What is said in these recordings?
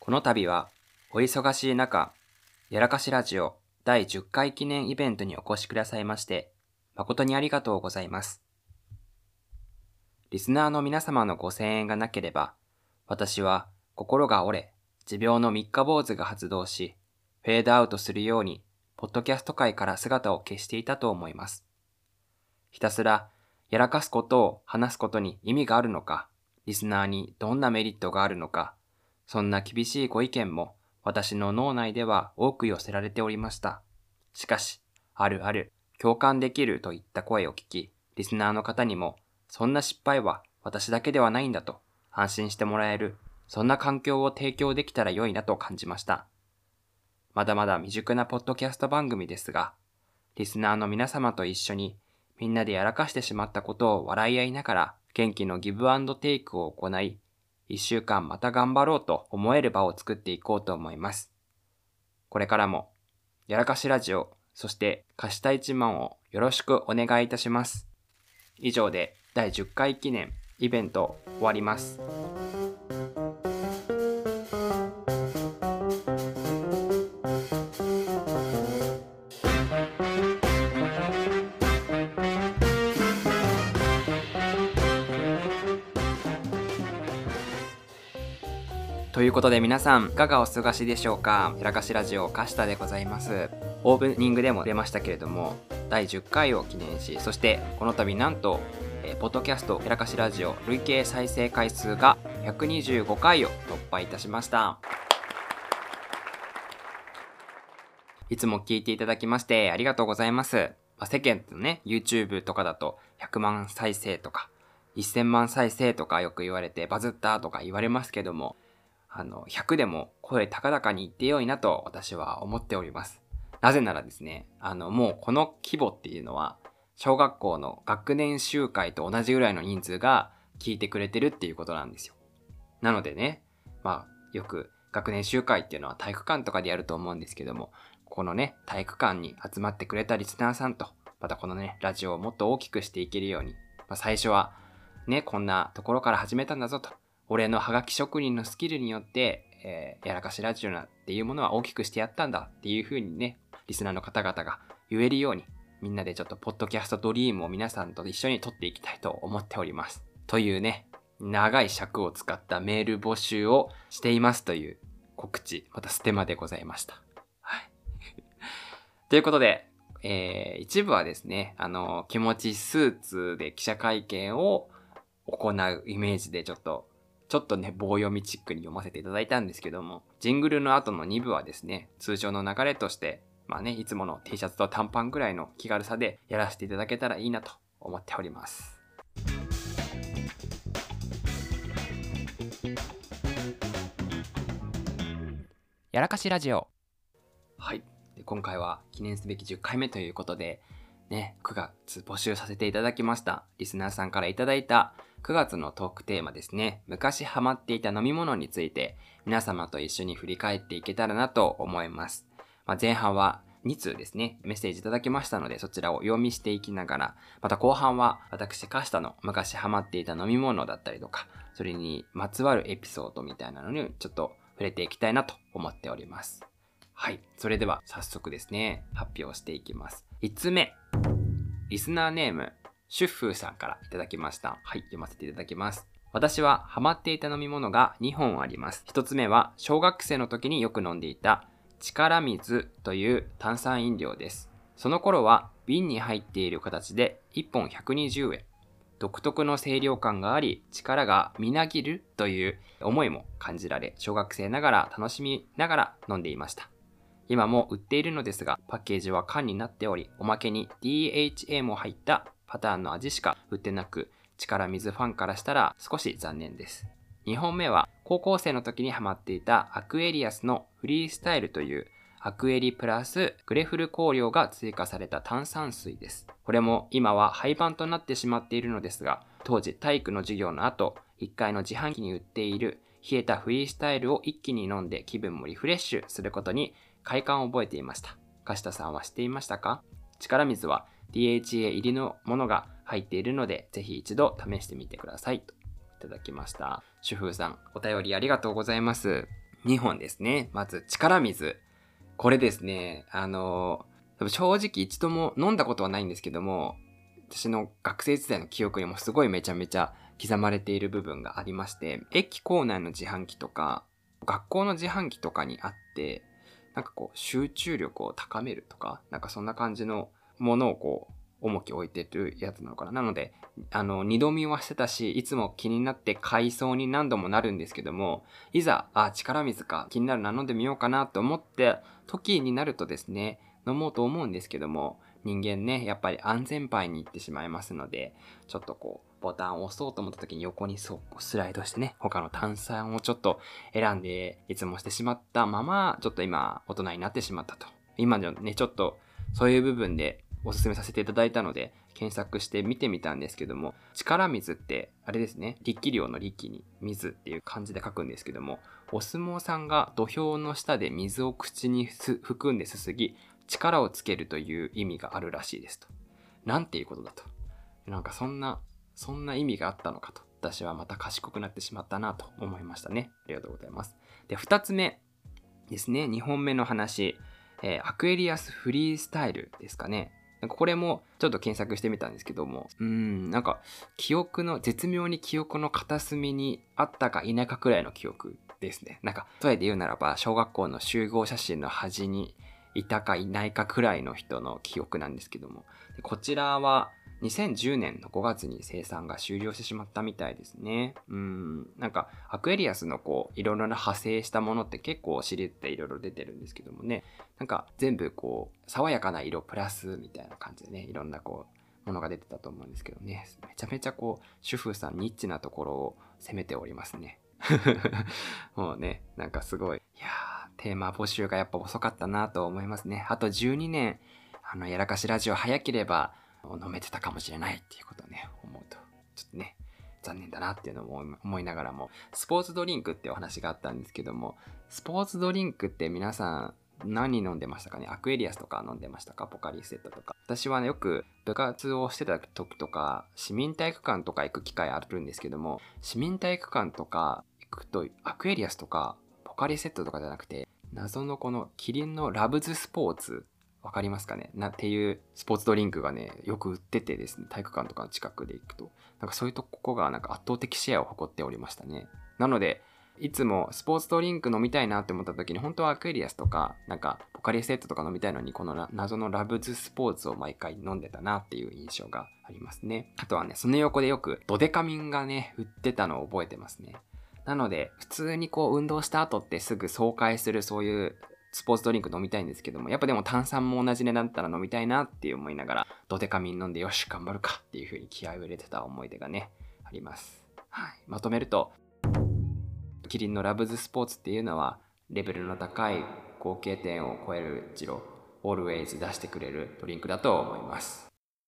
この度はお忙しい中、やらかしラジオ第10回記念イベントにお越しくださいまして、誠にありがとうございます。リスナーの皆様のご声援がなければ、私は心が折れ、持病の三日坊主が発動し、フェードアウトするように、ポッドキャスト界から姿を消していたと思います。ひたすら、やらかすことを話すことに意味があるのか、リスナーにどんなメリットがあるのか、そんな厳しいご意見も私の脳内では多く寄せられておりました。しかし、あるある、共感できるといった声を聞き、リスナーの方にも、そんな失敗は私だけではないんだと安心してもらえる、そんな環境を提供できたら良いなと感じました。まだまだ未熟なポッドキャスト番組ですが、リスナーの皆様と一緒にみんなでやらかしてしまったことを笑い合いながら元気のギブアンドテイクを行い、1週間また頑張ろうと思える場を作っていこうと思います。これからも、やらかしラジオ、そして貸した1万をよろしくお願いいたします。以上で第10回記念イベント終わります。ということで皆さんいかがお過ごしでしょうか。やらかしラジオカシタでございます。オープニングでも出ましたけれども、第10回を記念し、そしてこの度なんとポッドキャストやらかしラジオ累計再生回数が125回を突破いたしました。いつも聞いていただきましてありがとうございます。世間のね YouTube とかだと100万再生とか1000万再生とかよく言われてバズったとか言われますけども、100でも声高々に言ってよいなと私は思っております。なぜならですね、もうこの規模っていうのは、小学校の学年集会と同じぐらいの人数が聞いてくれてるっていうことなんですよ。なのでね、よく学年集会っていうのは体育館とかでやると思うんですけども、このね、体育館に集まってくれたリスナーさんと、またこのね、ラジオをもっと大きくしていけるように、最初はね、こんなところから始めたんだぞと。俺のハガキ職人のスキルによって、やらかしラジオっていうものは大きくしてやったんだっていう風にね、リスナーの方々が言えるように、みんなでちょっとポッドキャストドリームを皆さんと一緒に撮っていきたいと思っております。というね、長い尺を使ったメール募集をしていますという告知、またステマでございました。はい。ということで、一部はですね、気持ちスーツで記者会見を行うイメージでちょっとね、棒読みチックに読ませていただいたんですけども、ジングルの後の2部はですね、通常の流れとして、いつもの T シャツと短パンぐらいの気軽さでやらせていただけたらいいなと思っております。やらかしラジオ。はい。で今回は記念すべき10回目ということで、ね、9月募集させていただきました。リスナーさんからいただいた9月のトークテーマですね。昔ハマっていた飲み物について皆様と一緒に振り返っていけたらなと思います。前半は2通ですね、メッセージいただきましたのでそちらを読みしていきながら、また後半は私カシタの昔ハマっていた飲み物だったりとか、それにまつわるエピソードみたいなのにちょっと触れていきたいなと思っております。はい。それでは早速ですね、発表していきます。5つ目。リスナーネーム、シュッフーさんからいただきました。はい。読ませていただきます。私はハマっていた飲み物が2本あります。1つ目は小学生の時によく飲んでいた力水という炭酸飲料です。その頃は瓶に入っている形で1本120円。独特の清涼感があり、力がみなぎるという思いも感じられ、小学生ながら楽しみながら飲んでいました。今も売っているのですが、パッケージは缶になっており、おまけに DHA も入ったパターンの味しか売ってなく、力水ファンからしたら少し残念です。2本目は高校生の時にハマっていたアクエリアスのフリースタイルというアクエリプラスグレフル香料が追加された炭酸水です。これも今は廃盤となってしまっているのですが、当時体育の授業の後、1階の自販機に売っている冷えたフリースタイルを一気に飲んで気分もリフレッシュすることに快感を覚えていました。カシタさんは知っていましたか？力水は DHA 入りのものが入っているので、ぜひ一度試してみてください。といただきました。主婦さん、お便りありがとうございます。 2本ですね。まず力水。これですね、正直一度も飲んだことはないんですけども、私の学生時代の記憶にもすごいめちゃめちゃ刻まれている部分がありまして、駅構内の自販機とか、学校の自販機とかにあって、なんかこう集中力を高めるとか、なんかそんな感じのものをこう、重きを置いてるやつなのかな。なので、二度見はしてたし、いつも気になって買いそうに何度もなるんですけども、いざ、力水か、気になるな、飲んでみようかなと思って時になるとですね、飲もうと思うんですけども、人間ね、やっぱり安全牌に行ってしまいますので、ちょっとこう、ボタンを押そうと思った時に横にそうスライドしてね、他の炭酸をちょっと選んで、いつもしてしまったまま、ちょっと今、大人になってしまったと。今のね、ちょっと、そういう部分でおすすめさせていただいたので、検索して見てみたんですけども、力水って、あれですね、力量の力に水っていう漢字で書くんですけども、お相撲さんが土俵の下で水を口に含んですすぎ、力をつけるという意味があるらしいですと。なんていうことだと。なんかそんな意味があったのかと。私はまた賢くなってしまったなと思いましたね。ありがとうございます。で、2つ目ですね。2本目の話。アクエリアスフリースタイルですかね。これもちょっと検索してみたんですけども、なんか絶妙に記憶の片隅にあったか否かくらいの記憶ですね。なんか、例えで言うならば、小学校の集合写真の端にいたかいないかくらいの人の記憶なんですけども、こちらは2010年の5月に生産が終了してしまったみたいですね。なんかアクエリアスのこういろいろな派生したものって結構シリーズっていろいろ出てるんですけどもね、なんか全部こう爽やかな色プラスみたいな感じでね、いろんなこうものが出てたと思うんですけどね、めちゃめちゃこう主婦さんニッチなところを攻めておりますね。もうね、なんかすごい、いやー、テーマ募集がやっぱ遅かったなと思いますね。あと12年、やらかしラジオ早ければ飲めてたかもしれないっていうことをね、思うと、ちょっとね、残念だなっていうのも思いながらも、スポーツドリンクってお話があったんですけども、スポーツドリンクって皆さん何飲んでましたかね。アクエリアスとか飲んでましたか？ポカリスエットとか。私はね、よく部活をしてた時とか、市民体育館とか行く機会あるんですけども、市民体育館とか行くと、アクエリアスとかポカリスエットとかじゃなくて、謎のこのキリンのラブズスポーツ、わかりますかねっていうスポーツドリンクがね、よく売っててですね、体育館とかの近くで行くと、なんかそういうとこがなんか圧倒的シェアを誇っておりましたね。なので、いつもスポーツドリンク飲みたいなって思った時に、本当はアクエリアスとか、なんかポカリスエットとか飲みたいのに、この謎のラブズスポーツを毎回飲んでたなっていう印象がありますね。あとはね、その横でよくドデカミンがね、売ってたのを覚えてますね。なので、普通にこう運動した後ってすぐ爽快するそういうスポーツドリンク飲みたいんですけども、やっぱでも炭酸も同じ値段だったら飲みたいなって思いながら、ドデカミン飲んでよし頑張るかっていう風に気合を入れてた思い出がね、あります。はい。まとめると、キリンのラブズスポーツっていうのは、レベルの高い合計点を超えるジロ、always 出してくれるドリンクだと思います。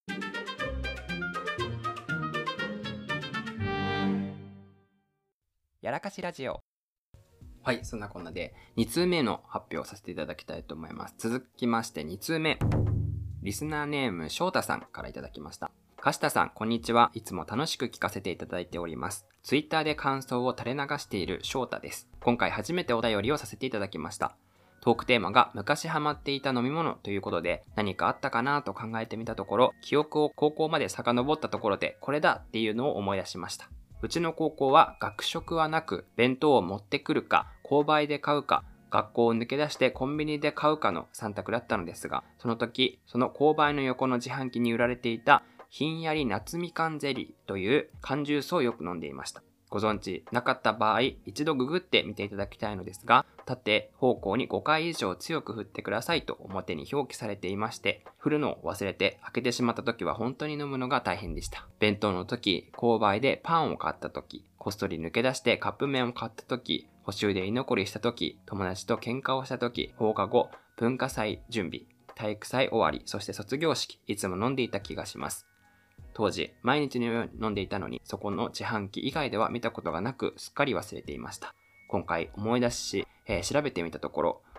やらかしラジオ。はい、そんなこんなで2通目の発表をさせていただきたいと思います。続きまして2通目。リスナーネーム翔太さんからいただきました。樫田さん、こんにちは。いつも楽しく聞かせていただいております。ツイッターで感想を垂れ流している翔太です。今回初めてお便りをさせていただきました。トークテーマが昔ハマっていた飲み物ということで、何かあったかなと考えてみたところ、記憶を高校まで遡ったところでこれだっていうのを思い出しました。うちの高校は学食はなく、弁当を持ってくるか、購買で買うか、学校を抜け出してコンビニで買うかの3択だったのですが、その時、その購買の横の自販機に売られていたひんやり夏みかんゼリーという缶ジュースをよく飲んでいました。ご存知なかった場合、一度ググってみていただきたいのですが、縦方向に5回以上強く振ってくださいと表に表記されていまして、振るのを忘れて開けてしまった時は本当に飲むのが大変でした。弁当の時、購買でパンを買った時、こっそり抜け出してカップ麺を買った時、補習で居残りした時、友達と喧嘩をした時、放課後、文化祭準備、体育祭終わり、そして卒業式、いつも飲んでいた気がします。当時、毎日のように飲んでいたのに、そこの自販機以外では見たことがなく、すっかり忘れていました。今回思い出し、調べてみたところ、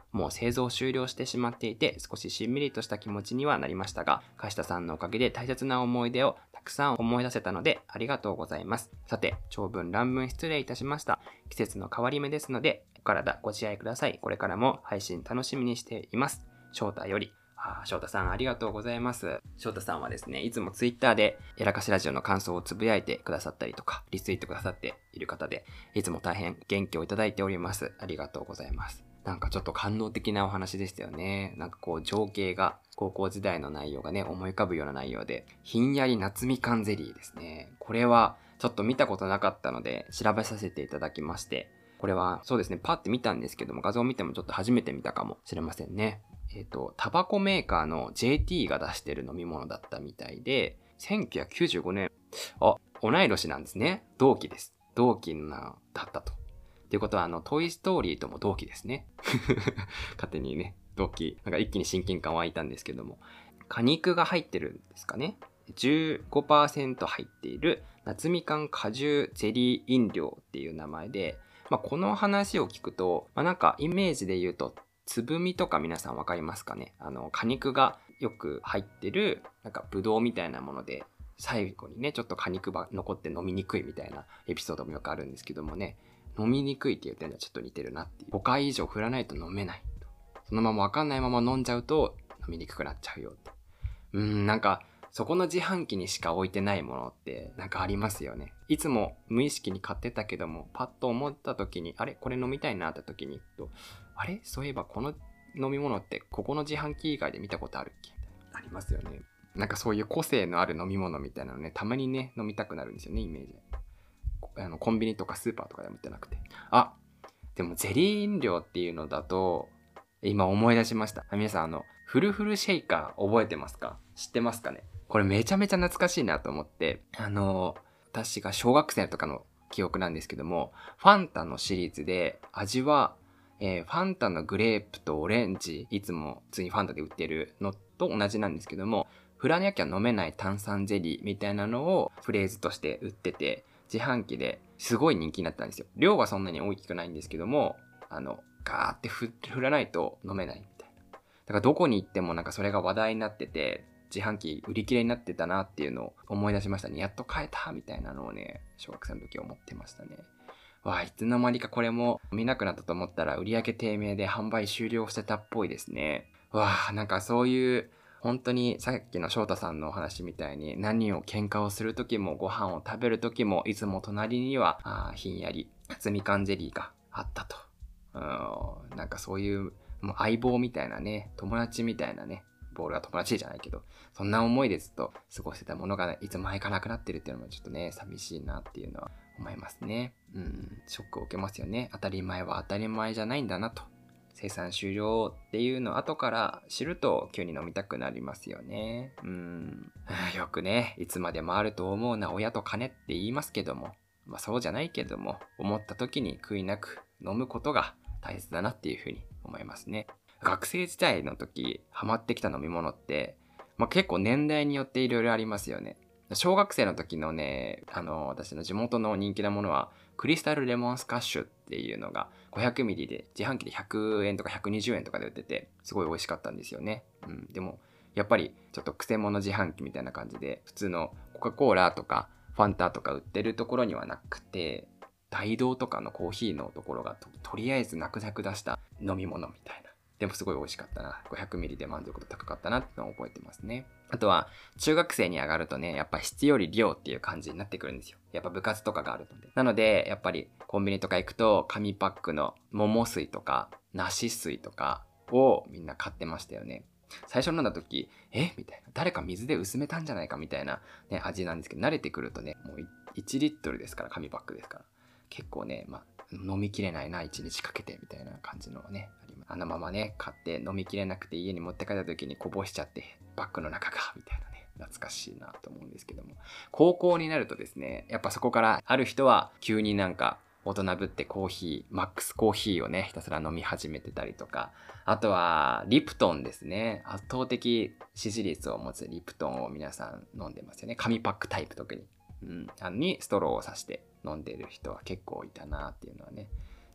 もう製造終了してしまっていて、少ししんみりとした気持ちにはなりましたが、樫田さんのおかげで大切な思い出をたくさん思い出せたのでありがとうございます。さて、長文乱文失礼いたしました。季節の変わり目ですので、お体ご自愛ください。これからも配信楽しみにしています。翔太より。翔太さんありがとうございます。翔太さんはですね、いつもツイッターでやらかしラジオの感想をつぶやいてくださったりとか、リツイートくださっている方で、いつも大変元気をいただいております。ありがとうございます。なんかちょっと感動的なお話でしたよね。なんかこう情景が、高校時代の内容がね、思い浮かぶような内容で、ひんやり夏みかんゼリーですね。これはちょっと見たことなかったので、調べさせていただきまして、これはそうですね、パッて見たんですけども、画像を見てもちょっと初めて見たかもしれませんね。タバコメーカーの JT が出してる飲み物だったみたいで、1995年、同い年なんですね。同期です。同期だったと。ということは、トイストーリーとも同期ですね。勝手にね、同期。なんか一気に親近感湧いたんですけども。果肉が入ってるんですかね。15% 入っている夏みかん果汁ゼリー飲料っていう名前で、この話を聞くと、なんかイメージで言うと、つぶみとか皆さんわかりますかね。果肉がよく入ってる、なんかブドウみたいなもので、最後にね、ちょっと果肉が残って飲みにくいみたいなエピソードもよくあるんですけどもね、飲みにくいっていう点ではちょっと似てるなっていう。5回以上振らないと飲めない。そのままわかんないまま飲んじゃうと飲みにくくなっちゃうよって。なんか、そこの自販機にしか置いてないものってなんかありますよね。いつも無意識に買ってたけども、パッと思った時に、あれこれ飲みたいなって時に、あれそういえばこの飲み物ってここの自販機以外で見たことあるっけありますよね。なんかそういう個性のある飲み物みたいなのね、たまにね、飲みたくなるんですよね、イメージで。コンビニとかスーパーとかでも売ってなくて。でもゼリー飲料っていうのだと、今思い出しました。皆さんフルフルシェイカー覚えてますか？知ってますかね？これめちゃめちゃ懐かしいなと思って、私が小学生とかの記憶なんですけども、ファンタのシリーズで味は、ファンタのグレープとオレンジ、いつも普通にファンタで売ってるのと同じなんですけども、振らなきゃ飲めない炭酸ゼリーみたいなのをフレーズとして売ってて、自販機ですごい人気になったんですよ。量はそんなに大きくないんですけども、ガーって振らないと飲めないみたいな。だからどこに行ってもなんかそれが話題になってて、自販機売り切れになってたなっていうのを思い出しましたね。やっと買えたみたいなのをね、小学生の時思ってましたね。いつの間にかこれも見なくなったと思ったら売り上げ低迷で販売終了してたっぽいですね。なんかそういう本当にさっきの翔太さんのお話みたいに何を喧嘩をする時もご飯を食べる時もいつも隣にはひんやり夏みかんゼリーがあったと。なんかそういうもう相棒みたいなね、友達みたいなね、ボールは友達じゃないけど、そんな思いでずっと過ごしてたものがいつ前かなくなってるっていうのもちょっとね、寂しいなっていうのは思いますね。ショックを受けますよね。当たり前は当たり前じゃないんだなと。生産終了っていうのを後から知ると急に飲みたくなりますよね。よくね、いつまでもあると思うな親と金って言いますけども、そうじゃないけども、思った時に悔いなく飲むことが大切だなっていうふうに思いますね。学生時代の時ハマってきた飲み物って、結構年代によっていろいろありますよね。小学生の時のね、私の地元の人気なものはクリスタルレモンスカッシュっていうのが 500ml で自販機で100円とか120円とかで売っててすごい美味しかったんですよね。でもやっぱりちょっと癖者自販機みたいな感じで普通のコカ・コーラとかファンタとか売ってるところにはなくて、大道とかのコーヒーのところが とりあえず泣く泣く出した飲み物みたいな。でもすごい美味しかったな。500ml で満足度高かったなってのを覚えてますね。あとは中学生に上がるとね、やっぱ質より量っていう感じになってくるんですよ。やっぱ部活とかがあるので。なのでやっぱりコンビニとか行くと紙パックの桃水とか梨水とかをみんな買ってましたよね。最初飲んだ時、みたいな。誰か水で薄めたんじゃないかみたいな、ね、味なんですけど、慣れてくるとね、もう1リットルですから、紙パックですから。結構ね、飲みきれないな、1日かけて、みたいな感じのね、あのままね、買って飲みきれなくて家に持って帰った時にこぼしちゃって、バッグの中が、みたいなね、懐かしいなと思うんですけども。高校になるとですね、やっぱそこからある人は急になんか、大人ぶってコーヒー、マックスコーヒーをね、ひたすら飲み始めてたりとか、あとは、リプトンですね。圧倒的支持率を持つリプトンを皆さん飲んでますよね。紙パックタイプ特に。にストローを刺して飲んでる人は結構いたなっていうのはね、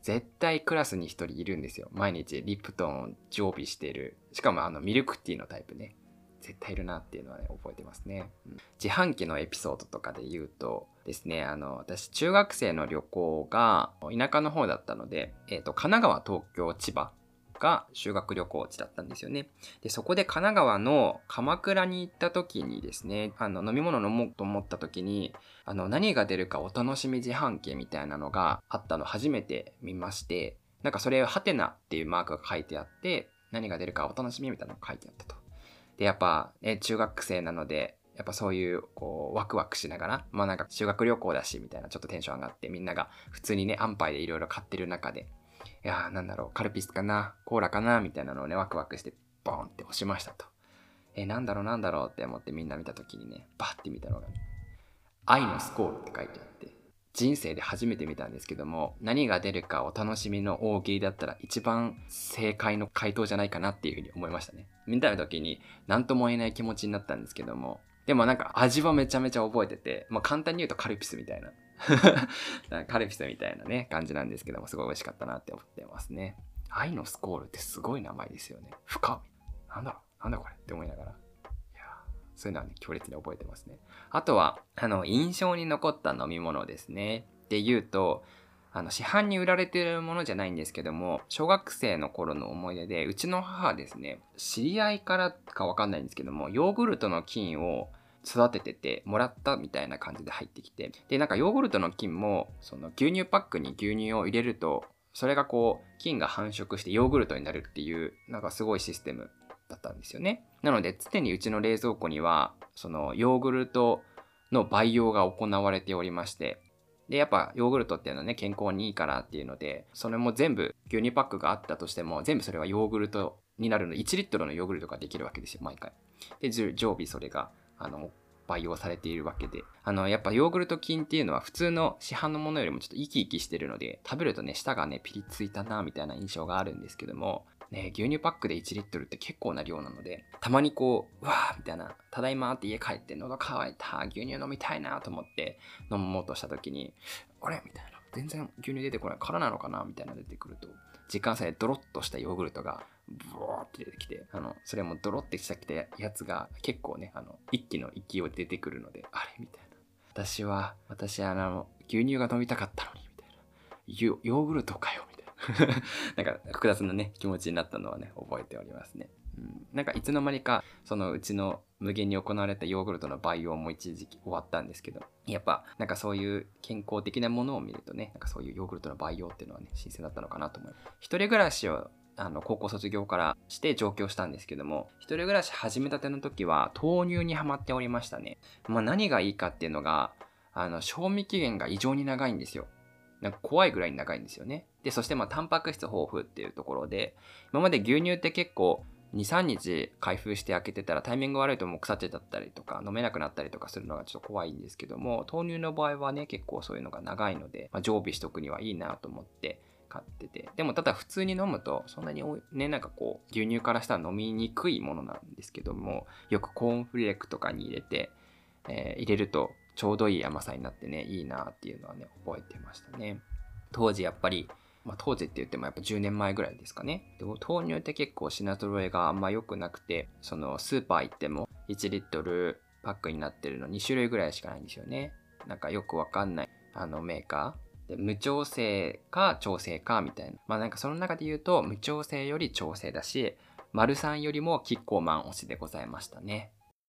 絶対クラスに一人いるんですよ。毎日リプトンを常備している。しかもミルクティーのタイプね。絶対いるなっていうのはね、覚えてますね。自販機のエピソードとかで言うとですね、私、中学生の旅行が田舎の方だったので、神奈川、東京、千葉が修学旅行地だったんですよね。で、そこで神奈川の鎌倉に行った時にですね、飲み物飲もうと思った時に、何が出るかお楽しみ自販機みたいなのがあったのを初めて見まして、なんかそれ、ハテナっていうマークが書いてあって、何が出るかお楽しみみたいなのが書いてあったと。で、やっぱ、ね、中学生なので、やっぱそういう、ワクワクしながら、なんか修学旅行だし、みたいな、ちょっとテンション上がって、みんなが普通にね、安牌でいろいろ買ってる中で、いやー、なんだろう、カルピスかな、コーラかな、みたいなのをね、ワクワクして、ボーンって押しましたと。なんだろうって思ってみんな見たときにね、バッて見たのが、愛のスコールって書いてあって、人生で初めて見たんですけども、何が出るかお楽しみの大喜利だったら一番正解の回答じゃないかなっていうふうに思いましたね。見た時に何とも言えない気持ちになったんですけども、でもなんか味はめちゃめちゃ覚えてて、簡単に言うとカルピスみたいなカルピスみたいなね感じなんですけども、すごい美味しかったなって思ってますね。愛のスコールってすごい名前ですよね。深っ。なんだこれって思いながら、そういうのはね、強烈に覚えてますね。あとは、印象に残った飲み物ですね。っていうと、市販に売られてるものじゃないんですけども、小学生の頃の思い出で、うちの母ですね、知り合いからかわかんないんですけども、ヨーグルトの菌を育ててて、もらったみたいな感じで入ってきて、で、なんかヨーグルトの菌も、その牛乳パックに牛乳を入れると、それが菌が繁殖してヨーグルトになるっていう、なんかすごいシステムだったんですよね。なので常にうちの冷蔵庫にはそのヨーグルトの培養が行われておりまして、でやっぱヨーグルトっていうのはね健康にいいからっていうので、それも全部牛乳パックがあったとしても全部それはヨーグルトになるの、1リットルのヨーグルトができるわけですよ毎回。で常備それが培養されているわけで、やっぱヨーグルト菌っていうのは普通の市販のものよりもちょっと生き生きしてるので、食べるとね舌がねピリついたなみたいな印象があるんですけどもね、牛乳パックで1リットルって結構な量なので、たまにうわーみたいな、ただいまって家帰って喉乾いた、牛乳飲みたいなと思って飲もうとした時に、あれみたいな、全然牛乳出てこない、空なのかなみたいな出てくると、時間差でドロッとしたヨーグルトがブワーって出てきて、それもドロってしたきたやつが結構ね、一気の勢いで出てくるので、あれみたいな。私牛乳が飲みたかったのに、みたいな。ヨーグルトかよ、みたいな。なんか複雑なね気持ちになったのはね覚えておりますね。なんかいつの間にかそのうちの無限に行われたヨーグルトの培養も一時期終わったんですけど、やっぱなんかそういう健康的なものを見るとね、なんかそういうヨーグルトの培養っていうのはね新鮮だったのかなと思います。一人暮らしを高校卒業からして上京したんですけども、一人暮らし始めたての時は豆乳にハマっておりましたね。何がいいかっていうのが賞味期限が異常に長いんですよ。なんか怖いぐらいに長いんですよね。で、そしてタンパク質豊富っていうところで、今まで牛乳って結構2、3日開封して開けてたらタイミング悪いともう腐っちゃったりとか飲めなくなったりとかするのがちょっと怖いんですけども、豆乳の場合はね結構そういうのが長いので、常備しとくにはいいなと思って買ってて、でもただ普通に飲むとそんなにねなんか牛乳からしたら飲みにくいものなんですけども、よくコーンフレークとかに入れて、入れるとちょうどいい甘さになってねいいなっていうのはね覚えてましたね。当時やっぱり当時って言ってもやっぱ10年前ぐらいですかね。でも豆乳って結構品揃えがあんま良くなくて、そのスーパー行っても1リットルパックになってるの2種類ぐらいしかないんですよね。なんかよくわかんないメーカーで無調整か調整かみたいな。なんかその中で言うと無調整より調整だし、マルサンよりもキッコーマン推しでございましたね。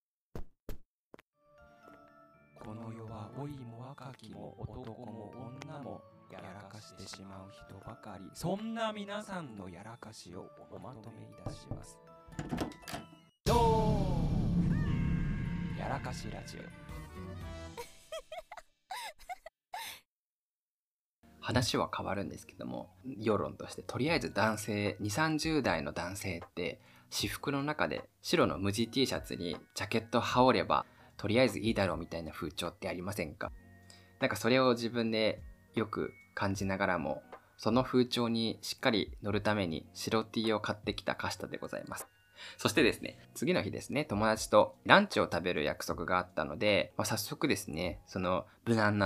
この世は老いも若きも男も女もやらかしてしまう人ばかり。そんな皆さんのやらかしをおまとめいたします。どうやらかしラジオ。 話は変わるんですけども、世論としてとりあえず男性2、30代の男性って私服の中で白の無地 T シャツにジャケット羽織ればとりあえずいいだろうみたいな風潮ってありませんか？なんかそれを自分でよく感じながらも、その風潮にしっかり乗るために白 T を買ってきたカシタでございます。そしてですね、次の日ですね、友達とランチを食べる約束があったので、早速ですね、その無難な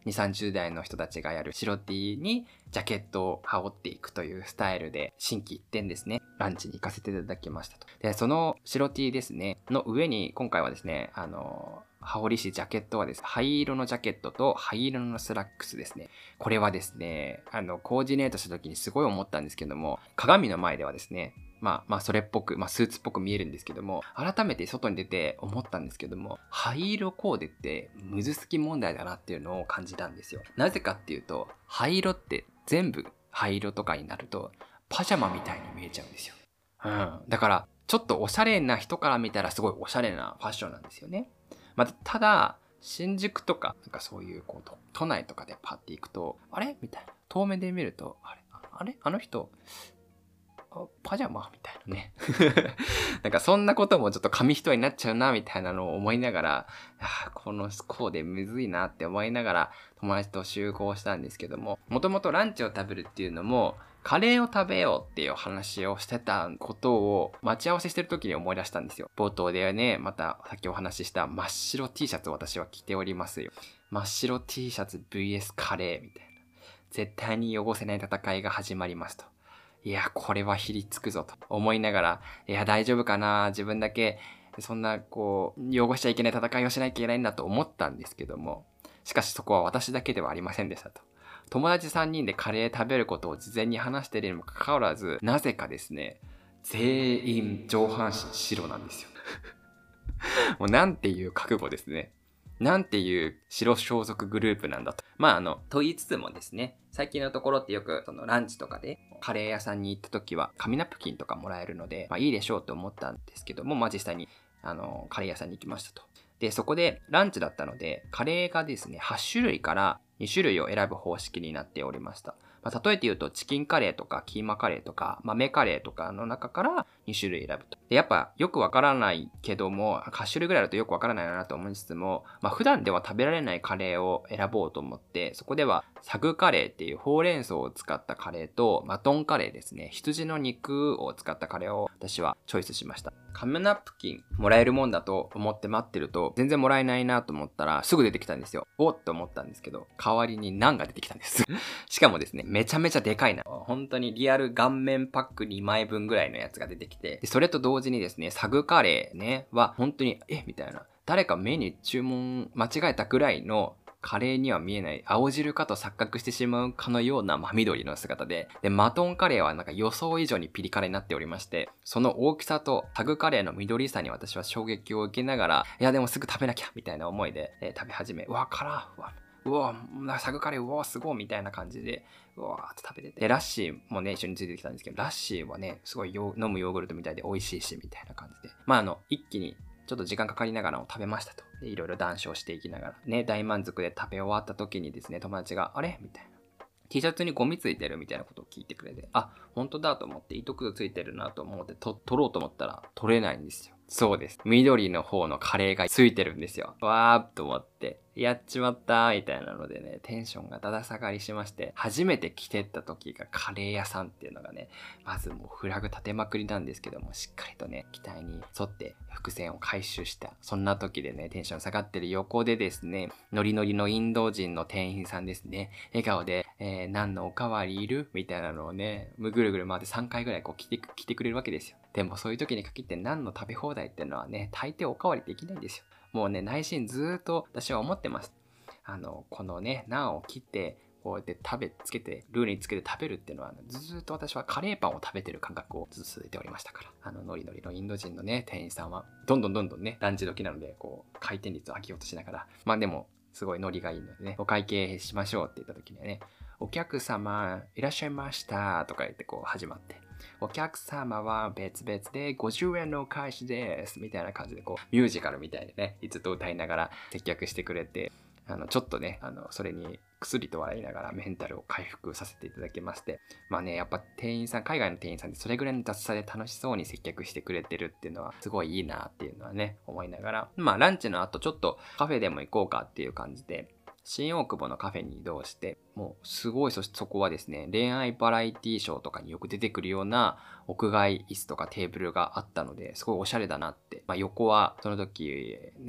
2、30代の人たちがやる白 T にジャケットを羽織っていくというスタイルで心機一転ですね、ランチに行かせていただきましたと。で、その白 T ですね、の上に今回はですね、羽織しジャケットはですね、灰色のジャケットと灰色のスラックスですね。これはですね、コーディネートした時にすごい思ったんですけども、鏡の前ではですね、それっぽく、スーツっぽく見えるんですけども、改めて外に出て思ったんですけども、灰色コーデってむずすき問題だなっていうのを感じたんですよ。なぜかっていうと、灰色って全部灰色とかになると、パジャマみたいに見えちゃうんですよ。だから、ちょっとおしゃれな人から見たらすごいおしゃれなファッションなんですよね。ただ、新宿とか、なんかそういう、都内とかでパッて行くと、あれみたいな。遠目で見ると、あれあの人、パジャマみたいなね。なんかそんなこともちょっと紙一重になっちゃうな、みたいなのを思いながら、このコーデむずいなって思いながら、友達と集合したんですけども、もともとランチを食べるっていうのも、カレーを食べようっていう話をしてたことを待ち合わせしてる時に思い出したんですよ。冒頭でね、またさっきお話しした真っ白 T シャツを私は着ておりますよ。真っ白 T シャツ VS カレーみたいな。絶対に汚せない戦いが始まりますと。いや、これはひりつくぞと思いながら、いや、大丈夫かな、自分だけそんな汚しちゃいけない戦いをしなきゃいけないんだと思ったんですけども、しかしそこは私だけではありませんでしたと。友達3人でカレー食べることを事前に話しているにもかかわらず、なぜかですね、全員上半身白なんですよ。もうなんていう覚悟ですね。なんていう白装束グループなんだと。と言いつつもですね、最近のところってよくランチとかでカレー屋さんに行った時は紙ナプキンとかもらえるので、いいでしょうと思ったんですけども、実際にカレー屋さんに行きましたと。で、そこでランチだったので、カレーがですね、8種類から2種類を選ぶ方式になっておりました。例えて言うと、チキンカレーとか、キーマカレーとか、豆カレーとかの中から2種類選ぶと。で、やっぱよくわからないけども、8種類ぐらいだとよくわからないなと思いつつも、普段では食べられないカレーを選ぼうと思って、そこではサグカレーっていうほうれん草を使ったカレーと、マトンカレーですね。羊の肉を使ったカレーを私はチョイスしました。紙ナプキンもらえるもんだと思って待ってると、全然もらえないなと思ったらすぐ出てきたんですよ。おっと思ったんですけど、代わりにナンが出てきたんです。しかもですね、めちゃめちゃでかいな。本当にリアル顔面パック2枚分ぐらいのやつが出てきて、でそれと同時にですね、サグカレーね、は本当に、みたいな。誰かメニュー注文間違えたぐらいのカレーには見えない青汁かと錯覚してしまうかのような真緑の姿で、マトンカレーはなんか予想以上にピリ辛になっておりまして、その大きさとサグカレーの緑さに私は衝撃を受けながら、いやでもすぐ食べなきゃみたいな思いで、食べ始め、うわ辛うわサグカレーうわすごいみたいな感じでうわーって食べてて、でラッシーもね一緒についてきたんですけど、ラッシーはねすごい飲むヨーグルトみたいで美味しいしみたいな感じで、一気にちょっと時間かかりながらも食べましたと。でいろいろ談笑していきながらね、大満足で食べ終わった時にですね、友達があれみたいな、T シャツにゴミついてるみたいなことを聞いてくれて、本当だと思って、糸くずついてるなと思って取ろうと思ったら取れないんですよ。そうです。緑の方のカレーがついてるんですよ。わーと思って、やっちまったーみたいなのでね、テンションがだだ下がりしまして、初めて来てった時がカレー屋さんっていうのがね、まずもうフラグ立てまくりなんですけども、しっかりとね、期待に沿って伏線を回収した。そんな時でね、テンション下がってる横でですね、ノリノリのインド人の店員さんですね、笑顔で、何のおかわりいるみたいなのをね、ぐるぐる回って3回ぐらい来てくれるわけですよ。でもそういう時に限って何の食べ放題っていうのはね、大抵おかわりできないんですよ。もうね、内心ずーっと私は思ってます。このね、ナンを切って、こうやってつけて、ルーにつけて食べるっていうのは、ずーっと私はカレーパンを食べてる感覚を続いておりましたから。ノリノリのインド人のね、店員さんは、どんどんね、ランチ時なので、回転率を上げようとしながら、でも、すごいノリがいいのでね、お会計しましょうって言った時にはね、お客様いらっしゃいましたとか言って始まって、お客様は別々で50円のお返しですみたいな感じでミュージカルみたいでね、ずっと歌いながら接客してくれて、ちょっとね、それに薬と笑いながらメンタルを回復させていただきまして、やっぱ海外の店員さんってそれぐらいの雑さで楽しそうに接客してくれてるっていうのはすごいいいなっていうのはね、思いながら、ランチの後ちょっとカフェでも行こうかっていう感じで、新大久保のカフェに移動して、もうすごい、そこはですね、恋愛バラエティショーとかによく出てくるような屋外椅子とかテーブルがあったので、すごいおしゃれだなって。横はその時ね、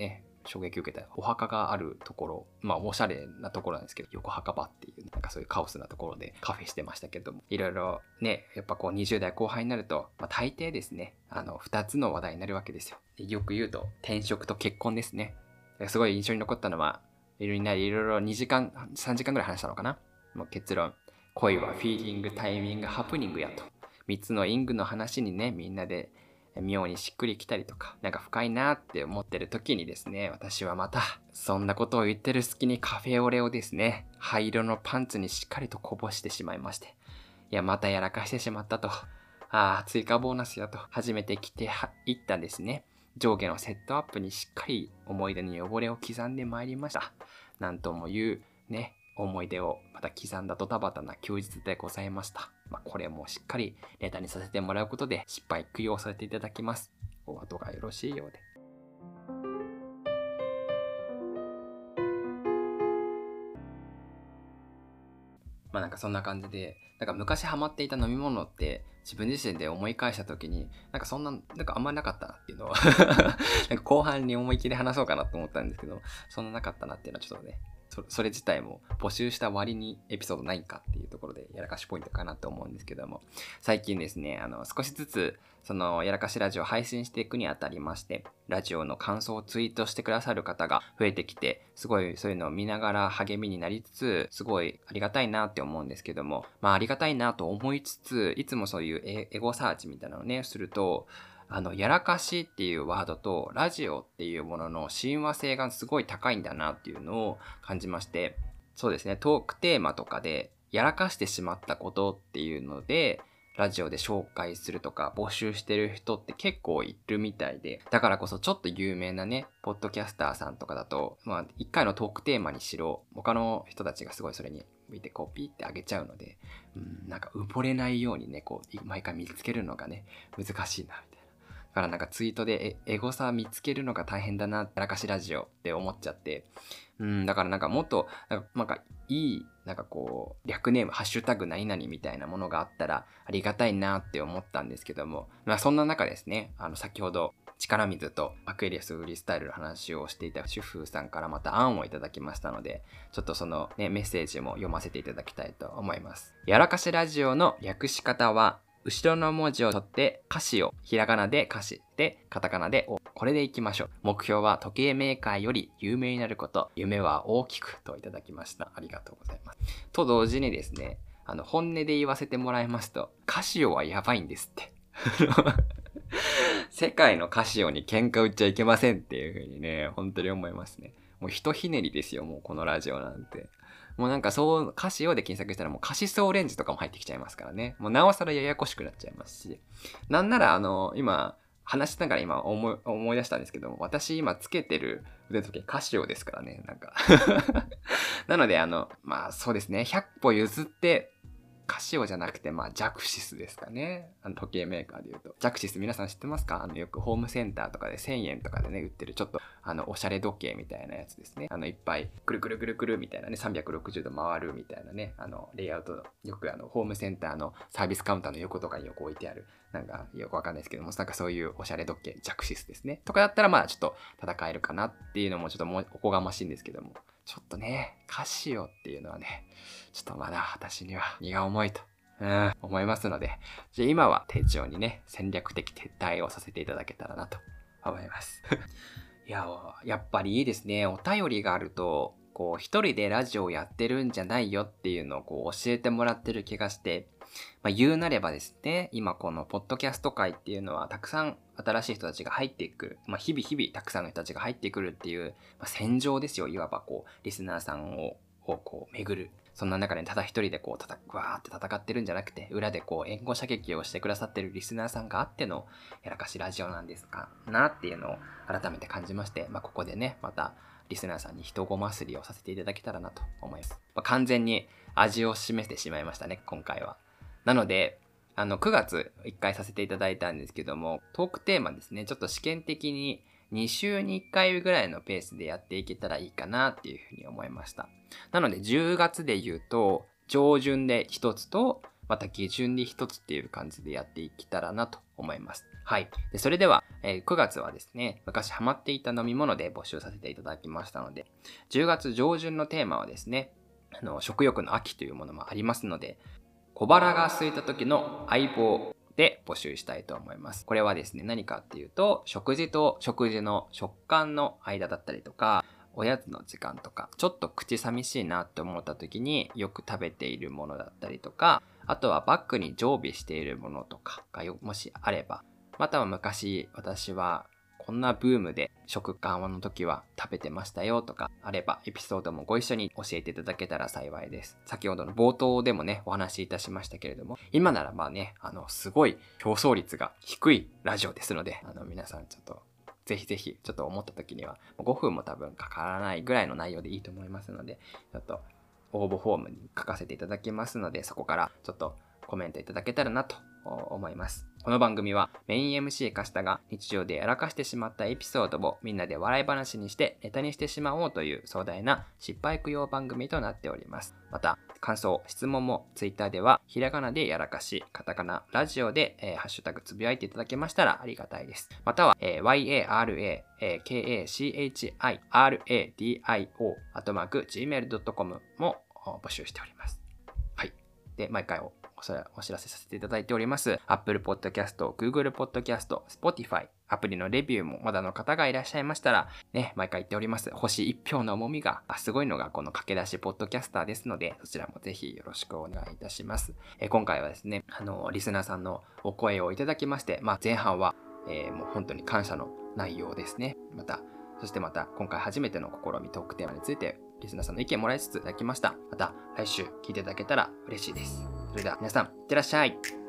衝撃を受けたお墓があるところ、まあおしゃれなところなんですけど、横墓場っていうなんかそういうカオスなところでカフェしてましたけども、いろいろね、やっぱこう20代後半になると、まあ、大抵ですね、2つの話題になるわけですよ。よく言うと転職と結婚ですね。すごい印象に残ったのは、いろいろ2時間3時間ぐらい話したのかな。もう結論、恋はフィーリング、タイミング、ハプニングやと。3つのイングの話にね、みんなで妙にしっくりきたりとか、なんか深いなって思ってる時にですね、私はまた、そんなことを言ってる隙にカフェオレをですね、灰色のパンツにしっかりとこぼしてしまいまして。いや、またやらかしてしまったと。追加ボーナスやと。初めて来ていったですね。上下のセットアップにしっかり思い出に汚れを刻んでまいりました。なんとも言うね、思い出をまた刻んだドタバタな休日でございました。これもしっかりネタにさせてもらうことで失敗供養させていただきます。お後がよろしいようで。なんかそんな感じで、なんか昔ハマっていた飲み物って自分自身で思い返した時に、なんかそんな、なんかあんまりなかったなっていうのはなんか後半に思い切り話そうかなと思ったんですけど、そんななかったなっていうのはちょっとね、それ自体も募集した割にエピソードないんかっていうところでやらかしポイントかなと思うんですけども、最近ですね、少しずつそのやらかしラジオを配信していくにあたりまして、ラジオの感想をツイートしてくださる方が増えてきて、すごいそういうのを見ながら励みになりつつ、すごいありがたいなって思うんですけども、ありがたいなと思いつつ、いつもそういうエゴサーチみたいなのをね、すると、やらかしっていうワードとラジオっていうものの親和性がすごい高いんだなっていうのを感じまして、そうですね、トークテーマとかでやらかしてしまったことっていうので、ラジオで紹介するとか募集してる人って結構いるみたいで、だからこそちょっと有名なね、ポッドキャスターさんとかだと、一回のトークテーマにしろ、他の人たちがすごいそれに見てこうピーってあげちゃうので、なんか埋もれないようにね、こう毎回見つけるのがね、難しいなみたいな。だからなんかツイートでエゴサ見つけるのが大変だな、やらかしラジオって思っちゃって、だからなんかもっとなんかいいなんかこう略ネームハッシュタグ何々みたいなものがあったらありがたいなって思ったんですけども、そんな中ですね、先ほど力水とアクエリアスフリースタイルの話をしていた主婦さんからまた案をいただきましたので、ちょっとそのねメッセージも読ませていただきたいと思います。やらかしラジオの略し方は、後ろの文字を取って歌詞をひらがなで歌詞でカタカナでお、これでいきましょう。目標は時計メーカーより有名になること。夢は大きくといただきました。ありがとうございます。と同時にですね、本音で言わせてもらいますと、カシオはやばいんですって。世界のカシオに喧嘩売っちゃいけませんっていう風にね、本当に思いますね。もうひとひねりですよ、もうこのラジオなんて。もうなんかそうカシオで検索したらもうカシスオレンジとかも入ってきちゃいますからね。もうなおさらややこしくなっちゃいますし。なんなら今、話しながら今思い出したんですけども、私今つけてる腕時計カシオですからね、なんか。なのでそうですね、100歩譲って、カシオじゃなくて、ジャクシスですかね。時計メーカーで言うと。ジャクシス皆さん知ってますか？よくホームセンターとかで1000円とかでね、売ってるちょっと、おしゃれ時計みたいなやつですね。いっぱい、くるくるくるくるみたいなね、360度回るみたいなね、レイアウト、よくホームセンターのサービスカウンターの横とかによく置いてある、なんか、よくわかんないですけども、なんかそういうおしゃれ時計、ジャクシスですね。とかだったら、ちょっと戦えるかなっていうのもちょっとおこがましいんですけども、ちょっとね、カシオっていうのはね、ちょっとまだ私には荷が重いと。思いますので、今は丁重にね、戦略的撤退をさせていただけたらなと思います。いや、やっぱりいいですね。お便りがあると、こう、一人でラジオをやってるんじゃないよっていうのをこう教えてもらってる気がして、言うなればですね、今このポッドキャスト界っていうのはたくさん新しい人たちが入ってくる。日々たくさんの人たちが入ってくるっていう、戦場ですよ。いわばこう、リスナーさんをこう巡る。そんな中でただ一人でこうわーって戦ってるんじゃなくて、裏でこう援護射撃をしてくださってるリスナーさんがあってのやらかしラジオなんですかなっていうのを改めて感じまして、ここでね、またリスナーさんに人ごますりをさせていただけたらなと思います。完全に味を示してしまいましたね、今回は。なので、9月1回させていただいたんですけども、トークテーマですね、ちょっと試験的に2週に1回ぐらいのペースでやっていけたらいいかなっていうふうに思いました。なので10月で言うと上旬で1つとまた下旬で一つっていう感じでやっていけたらなと思います。はい。で、それでは、9月はですね、昔ハマっていた飲み物で募集させていただきましたので、10月上旬のテーマはですね、食欲の秋というものもありますので、小腹が空いた時の相棒で募集したいと思います。これはですね、何かっていうと、食事と食事の食感の間だったりとか、おやつの時間とか、ちょっと口寂しいなって思った時によく食べているものだったりとか、あとはバッグに常備しているものとかがもしあれば、または昔私はこんなブームで食緩和の時は食べてましたよとかあればエピソードもご一緒に教えていただけたら幸いです。先ほどの冒頭でもねお話しいたしましたけれども、今ならまあねすごい競争率が低いラジオですので、皆さんちょっとぜひぜひちょっと思った時には5分も多分かからないぐらいの内容でいいと思いますので、ちょっと応募フォームに書かせていただきますので、そこからちょっとコメントいただけたらなと思います。この番組はメイン MC カシタが日常でやらかしてしまったエピソードをみんなで笑い話にしてネタにしてしまおうという壮大な失敗供養番組となっております。また感想、質問も Twitter ではひらがなでやらかし、カタカナラジオで、ハッシュタグつぶやいていただけましたらありがたいです。または、yarakachiradio@gmail.com も募集しております。はい。で、毎回お知らせさせていただいております。Apple Podcast、Google Podcast、Spotify、アプリのレビューもまだの方がいらっしゃいましたら、ね、毎回言っております。星1票の重みがすごいのがこの駆け出しポッドキャスターですので、そちらもぜひよろしくお願いいたします。今回はですね、リスナーさんのお声をいただきまして、前半は、もう本当に感謝の内容ですね。そしてまた今回初めての試みトークテーマについてリスナーさんの意見もらいつついただきました。また来週聞いていただけたら嬉しいです。それでは皆さんいってらっしゃい。